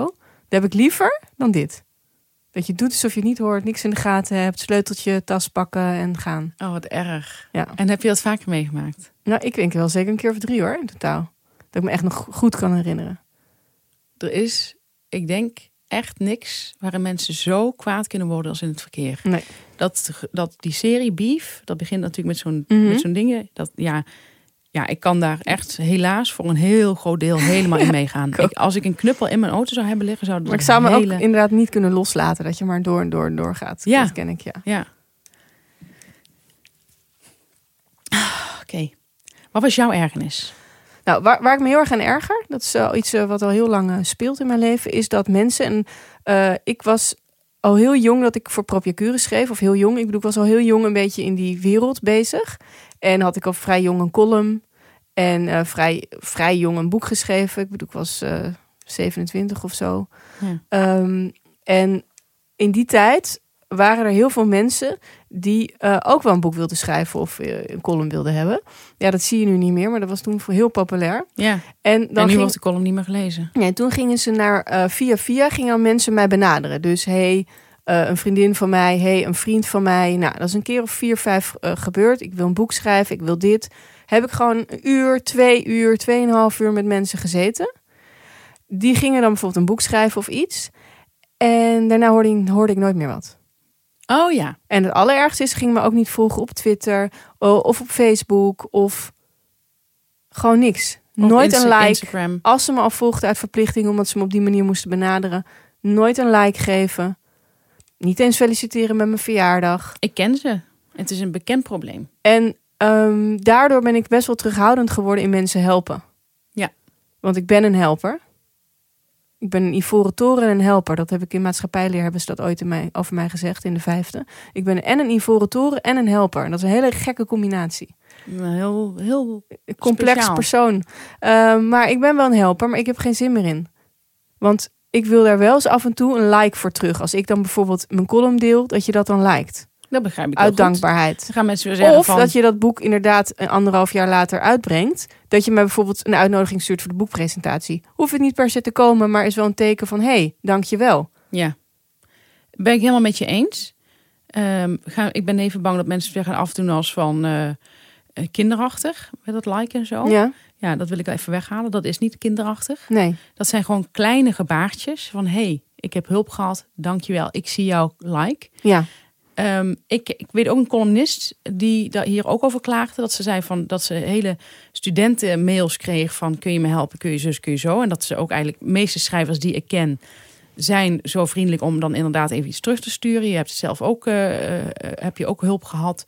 Dat heb ik liever dan dit. Dat je doet alsof je het niet hoort, niks in de gaten hebt, sleuteltje, tas pakken en gaan. Oh, wat erg. Ja. En heb je dat vaker meegemaakt? Nou, ik denk wel zeker een keer of drie hoor, in totaal. Dat ik me echt nog goed kan herinneren. Er is, ik denk, echt niks waarin mensen zo kwaad kunnen worden als in het verkeer. Nee. Dat, dat die serie Beef, dat begint natuurlijk met zo'n, Mm-hmm. met zo'n dingen. Dat, ja, ja, ik kan daar echt helaas voor een heel groot deel helemaal in meegaan. Ik, als ik een knuppel in mijn auto zou hebben liggen, zou dat Maar ik zou me hele... ook inderdaad niet kunnen loslaten. Dat je maar door en door en door gaat. Ja. Dat ken ik, ja. Ja. Oké. Okay. Wat was jouw ergernis? Nou, waar, waar ik me heel erg aan erger, dat is uh, iets uh, wat al heel lang uh, speelt in mijn leven, is dat mensen, en uh, ik was al heel jong dat ik voor Propiacure schreef, of heel jong, ik bedoel, ik was al heel jong een beetje in die wereld bezig. En had ik al vrij jong een column en uh, vrij, vrij jong een boek geschreven. Ik bedoel, ik was uh, zevenentwintig of zo. Ja. Um, en in die tijd waren er heel veel mensen die uh, ook wel een boek wilden schrijven of uh, een column wilden hebben. Ja, dat zie je nu niet meer, maar dat was toen heel populair. Ja. En, dan en nu ging... wordt de column niet meer gelezen. Ja, toen gingen ze naar uh, via via gingen mensen mij benaderen. Dus hey, uh, een vriendin van mij, hey, een vriend van mij. Nou, dat is een keer of vier, vijf uh, gebeurd. Ik wil een boek schrijven, ik wil dit. Heb ik gewoon een uur, twee uur, tweeënhalf uur met mensen gezeten. Die gingen dan bijvoorbeeld een boek schrijven of iets. En daarna hoorde ik, hoorde ik nooit meer wat. Oh ja. En het allerergste is, ze gingen me ook niet volgen op Twitter of op Facebook of gewoon niks. Of nooit Insta- een like. Instagram. Als ze me al volgden uit verplichting, omdat ze me op die manier moesten benaderen. Nooit een like geven. Niet eens feliciteren met mijn verjaardag. Ik ken ze. Het is een bekend probleem. En um, daardoor ben ik best wel terughoudend geworden in mensen helpen. Ja. Want ik ben een helper. Ik ben een ivoren toren en een helper. Dat heb ik in maatschappijleer, hebben ze dat ooit in mij, over mij gezegd in de vijfde. Ik ben en een ivoren toren en een helper. En dat is een hele gekke combinatie. Heel, heel complex speciaal. persoon. Uh, maar ik ben wel een helper, maar ik heb geen zin meer in. Want ik wil daar wel eens af en toe een like voor terug. Als ik dan bijvoorbeeld mijn column deel, dat je dat dan liked. Dat begrijp ik Uit ook dankbaarheid. Dan gaan mensen weer zeggen of van... dat je dat boek inderdaad een anderhalf jaar later uitbrengt. Dat je mij bijvoorbeeld een uitnodiging stuurt voor de boekpresentatie. Hoeft het niet per se te komen, maar is wel een teken van... hé, hey, dank je wel. Ja, ben ik helemaal met je eens. Um, ga, ik ben even bang dat mensen het weer gaan afdoen als van uh, kinderachtig. Met dat liken en zo. Ja. Ja, dat wil ik even weghalen. Dat is niet kinderachtig. Nee. Dat zijn gewoon kleine gebaartjes van... hé, hey, ik heb hulp gehad, dank je wel. Ik zie jou like. Ja. Um, ik, ik weet ook een columnist die daar hier ook over klaagde. Dat ze zei van dat ze hele studenten mails kreeg van kun je me helpen, kun je zus, kun je zo. En dat ze ook eigenlijk, de meeste schrijvers die ik ken, zijn zo vriendelijk om dan inderdaad even iets terug te sturen. Je hebt zelf ook, uh, uh, heb je ook hulp gehad.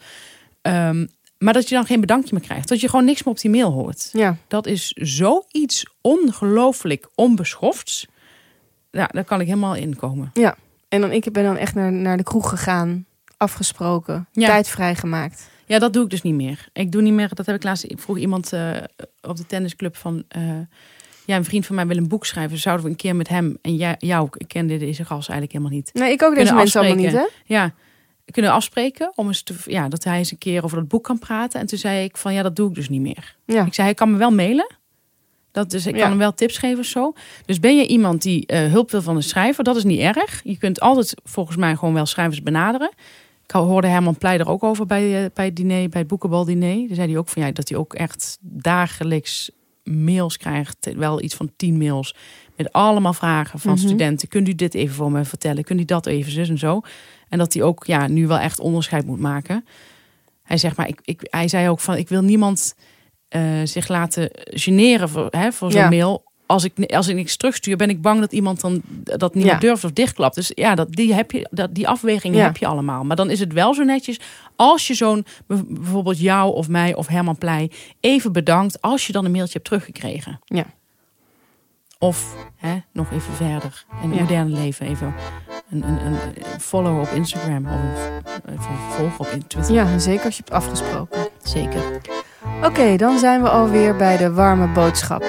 Um, maar dat je dan geen bedankje meer krijgt. Dat je gewoon niks meer op die mail hoort. Ja. Dat is zoiets ongelooflijk onbeschofts. Ja, daar kan ik helemaal in komen. Ja. En dan ik ben dan echt naar, naar de kroeg gegaan. Afgesproken, ja. Tijd vrijgemaakt. Ja, dat doe ik dus niet meer. Ik doe niet meer, dat heb ik laatst, ik vroeg iemand uh, op de tennisclub van, uh, ja, een vriend van mij wil een boek schrijven. Zouden we een keer met hem en jij, jou, ik kende deze gast eigenlijk helemaal niet. Nee, ik ook deze mensen allemaal niet, hè? Ja, we kunnen afspreken om eens te, ja, dat hij eens een keer over dat boek kan praten. En toen zei ik van, ja, dat doe ik dus niet meer. Ja. Ik zei, hij kan me wel mailen. Dat dus ik kan ja. hem wel tips geven of zo. Dus ben je iemand die uh, hulp wil van een schrijver, dat is niet erg. Je kunt altijd volgens mij gewoon wel schrijvers benaderen. Ik hoorde Herman Pleij er ook over bij, uh, bij het diner, bij het boekenbaldiner. Daar zei hij ook van ja, dat hij ook echt dagelijks mails krijgt. Wel iets van tien mails met allemaal vragen van mm-hmm. studenten. Kunt u dit even voor me vertellen? Kunt u dat even zus en zo? En dat hij ook ja, nu wel echt onderscheid moet maken. Hij zegt maar, ik, ik, hij zei ook van ik wil niemand uh, zich laten generen voor, hè, voor zo'n ja. mail. Als ik, als ik niks terugstuur, ben ik bang dat iemand dan dat niet ja. meer durft of dichtklapt. Dus ja, dat, die, heb je, dat, die afwegingen ja. heb je allemaal. Maar dan is het wel zo netjes als je zo'n, bijvoorbeeld jou of mij of Herman Pleij, even bedankt als je dan een mailtje hebt teruggekregen. Ja. Of hè, nog even verder. In het ja. moderne leven even een, een, een follow op Instagram of even volgen op Twitter. Ja, zeker als je hebt afgesproken. Zeker. Oké, okay, dan zijn we alweer bij de warme boodschap.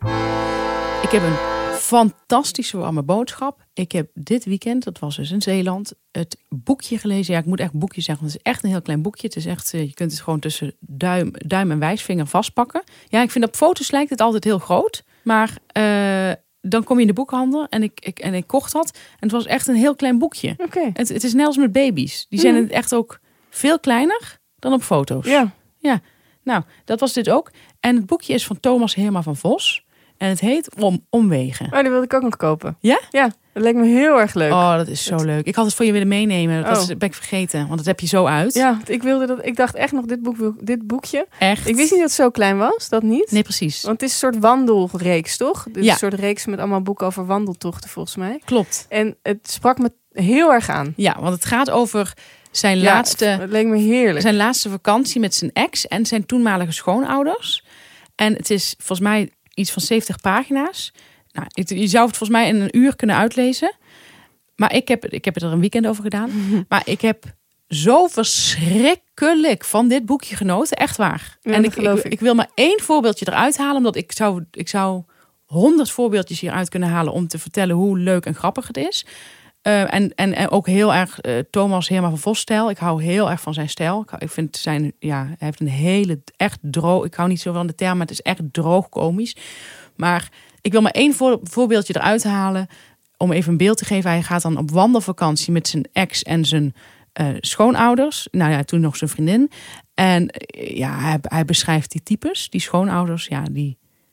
Ik heb een fantastische warme boodschap. Ik heb dit weekend, dat was dus in Zeeland, het boekje gelezen. Ja, ik moet echt boekje zeggen, want het is echt een heel klein boekje. Het is echt, je kunt het gewoon tussen duim, duim en wijsvinger vastpakken. Ja, ik vind op foto's lijkt het altijd heel groot. Maar uh, dan kom je in de boekhandel en ik, ik, en ik kocht dat. En het was echt een heel klein boekje. Okay. Het, het is net als met baby's. Die zijn mm. echt ook veel kleiner dan op foto's. Ja. Ja. Nou, dat was dit ook. En het boekje is van Thomas Heerma van Vos. En het heet Om, Omwegen. Oh, die wilde ik ook nog kopen. Ja? Ja, dat leek me heel erg leuk. Oh, dat is zo het... leuk. Ik had het voor je willen meenemen. Dat oh. ben ik vergeten, want dat heb je zo uit. Ja, ik wilde dat. Ik dacht echt nog dit, boek, dit boekje. Echt? Ik wist niet dat het zo klein was, dat niet. Nee, precies. Want het is een soort wandelreeks, toch? Dus ja. Een soort reeks met allemaal boeken over wandeltochten, volgens mij. Klopt. En het sprak me heel erg aan. Ja, want het gaat over zijn ja, laatste... Het leek me heerlijk. Zijn laatste vakantie met zijn ex en zijn toenmalige schoonouders. En het is volgens mij iets van zeventig pagina's. Nou, je zou het volgens mij in een uur kunnen uitlezen. Maar ik heb, ik heb er een weekend over gedaan. Mm-hmm. Maar ik heb zo verschrikkelijk van dit boekje genoten. Echt waar. Ja, en ik, ik, ik, ik wil maar één voorbeeldje eruit halen. Omdat ik zou, ik zou honderd voorbeeldjes hieruit kunnen halen om te vertellen hoe leuk en grappig het is. Uh, en, en, en ook heel erg uh, Thomas Heerma van Vos stijl. Ik hou heel erg van zijn stijl. Ik, hou, ik vind zijn, ja, hij heeft een hele, echt droog. Ik hou niet zo van de term, maar het is echt droog komisch. Maar ik wil maar één voor, voorbeeldje eruit halen om even een beeld te geven. Hij gaat dan op wandelvakantie met zijn ex en zijn uh, schoonouders. Nou ja, toen nog zijn vriendin. En uh, ja, hij, hij beschrijft die types, die schoonouders. Ja, die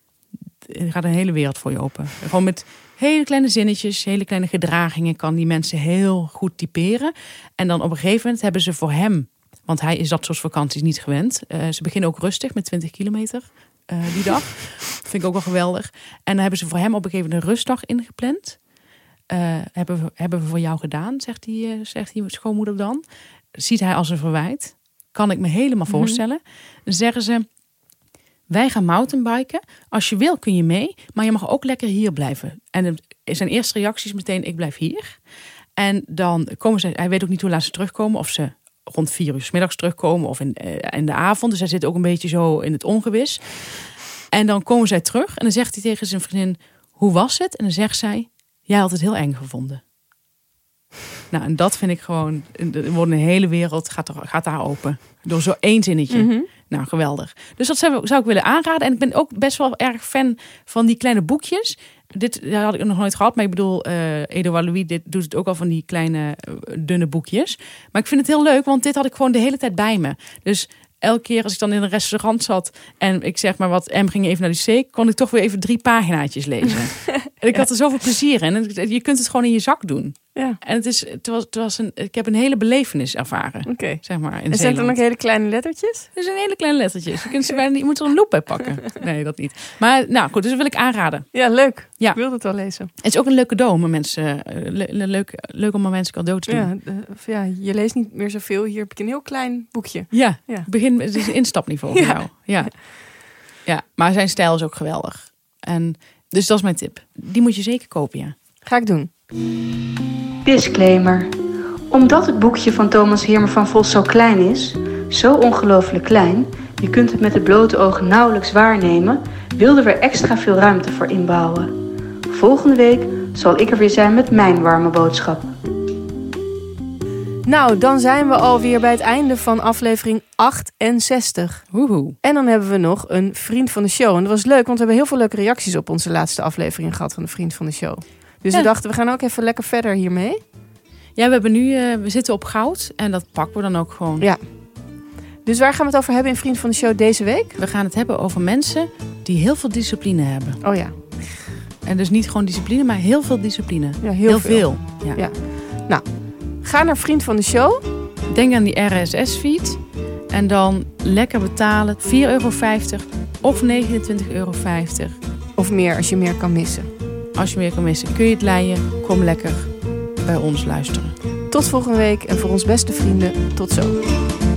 er gaat een hele wereld voor je open. Gewoon met hele kleine zinnetjes, hele kleine gedragingen kan die mensen heel goed typeren. En dan op een gegeven moment hebben ze voor hem, want hij is dat soort vakanties niet gewend. Uh, ze beginnen ook rustig met twintig kilometer uh, die dag. Vind ik ook wel geweldig. En dan hebben ze voor hem op een gegeven moment een rustdag ingepland. Uh, hebben, we, hebben we voor jou gedaan, zegt die, uh, zegt die schoonmoeder dan. Ziet hij als een verwijt. Kan ik me helemaal mm-hmm. voorstellen. Dan zeggen ze, wij gaan mountainbiken. Als je wil kun je mee, maar je mag ook lekker hier blijven. En zijn eerste reactie is meteen, ik blijf hier. En dan komen ze, hij weet ook niet hoe laat ze terugkomen. Of ze rond vier uur 's middags terugkomen of in, uh, in de avond. Dus hij zit ook een beetje zo in het ongewis. En dan komen zij terug en dan zegt hij tegen zijn vriendin, hoe was het? En dan zegt zij, jij had het heel eng gevonden. Nou, en dat vind ik gewoon, er wordt een hele wereld gaat, er, gaat daar open. Door zo één zinnetje. Mm-hmm. Nou, geweldig. Dus dat zou, zou ik willen aanraden. En ik ben ook best wel erg fan van die kleine boekjes. Dit dat had ik nog nooit gehad. Maar ik bedoel, uh, Edouard Louis dit doet het ook al van die kleine, uh, dunne boekjes. Maar ik vind het heel leuk, want dit had ik gewoon de hele tijd bij me. Dus elke keer als ik dan in een restaurant zat en ik zeg maar wat, M ging even naar de C, kon ik toch weer even drie paginaatjes lezen. En ik ja. had er zoveel plezier in. En je kunt het gewoon in je zak doen. Ja. En het is, het was, het was een, ik heb een hele belevenis ervaren. Oké. Okay. Zeg maar, in en zijn er nog hele kleine lettertjes? Er zijn hele kleine lettertjes. Je, kunt ze bijna, je moet er een loop bij pakken. Nee, dat niet. Maar nou goed, dus dat wil ik aanraden. Ja, leuk. Ja. Ik wil het wel lezen. Het is ook een leuk cadeau om mensen, le, le, leuk, leuk om aan mensen cadeau te doen. Ja, uh, ja, je leest niet meer zoveel. Hier heb ik een heel klein boekje. Ja, ja. Begin, het is een instapniveau voor ja. jou. Ja. Ja, maar zijn stijl is ook geweldig. En dus dat is mijn tip. Die moet je zeker kopen, ja. Ga ik doen. Disclaimer. Omdat het boekje van Thomas Heerma van Vos zo klein is, zo ongelooflijk klein, je kunt het met het blote oog nauwelijks waarnemen, wilden we er extra veel ruimte voor inbouwen. Volgende week zal ik er weer zijn met mijn warme boodschap. Nou, dan zijn we alweer bij het einde van aflevering achtenzestig. Woehoe. En dan hebben we nog een vriend van de show. En dat was leuk, want we hebben heel veel leuke reacties op onze laatste aflevering gehad van de vriend van de show. Dus ja. we dachten, we gaan ook even lekker verder hiermee. Ja, we hebben nu, uh, we zitten op goud en dat pakken we dan ook gewoon. Ja. Dus waar gaan we het over hebben in Vriend van de Show deze week? We gaan het hebben over mensen die heel veel discipline hebben. Oh ja. En dus niet gewoon discipline, maar heel veel discipline. Ja, heel, heel veel. veel. Ja. Ja. Nou, ga naar Vriend van de Show. Denk aan die R S S-feed. En dan lekker betalen. vier euro vijftig of negenentwintig euro vijftig. Of meer als je meer kan missen. Als je meer kan missen, kun je het leien. Kom lekker bij ons luisteren. Tot volgende week en voor ons beste vrienden, tot zo.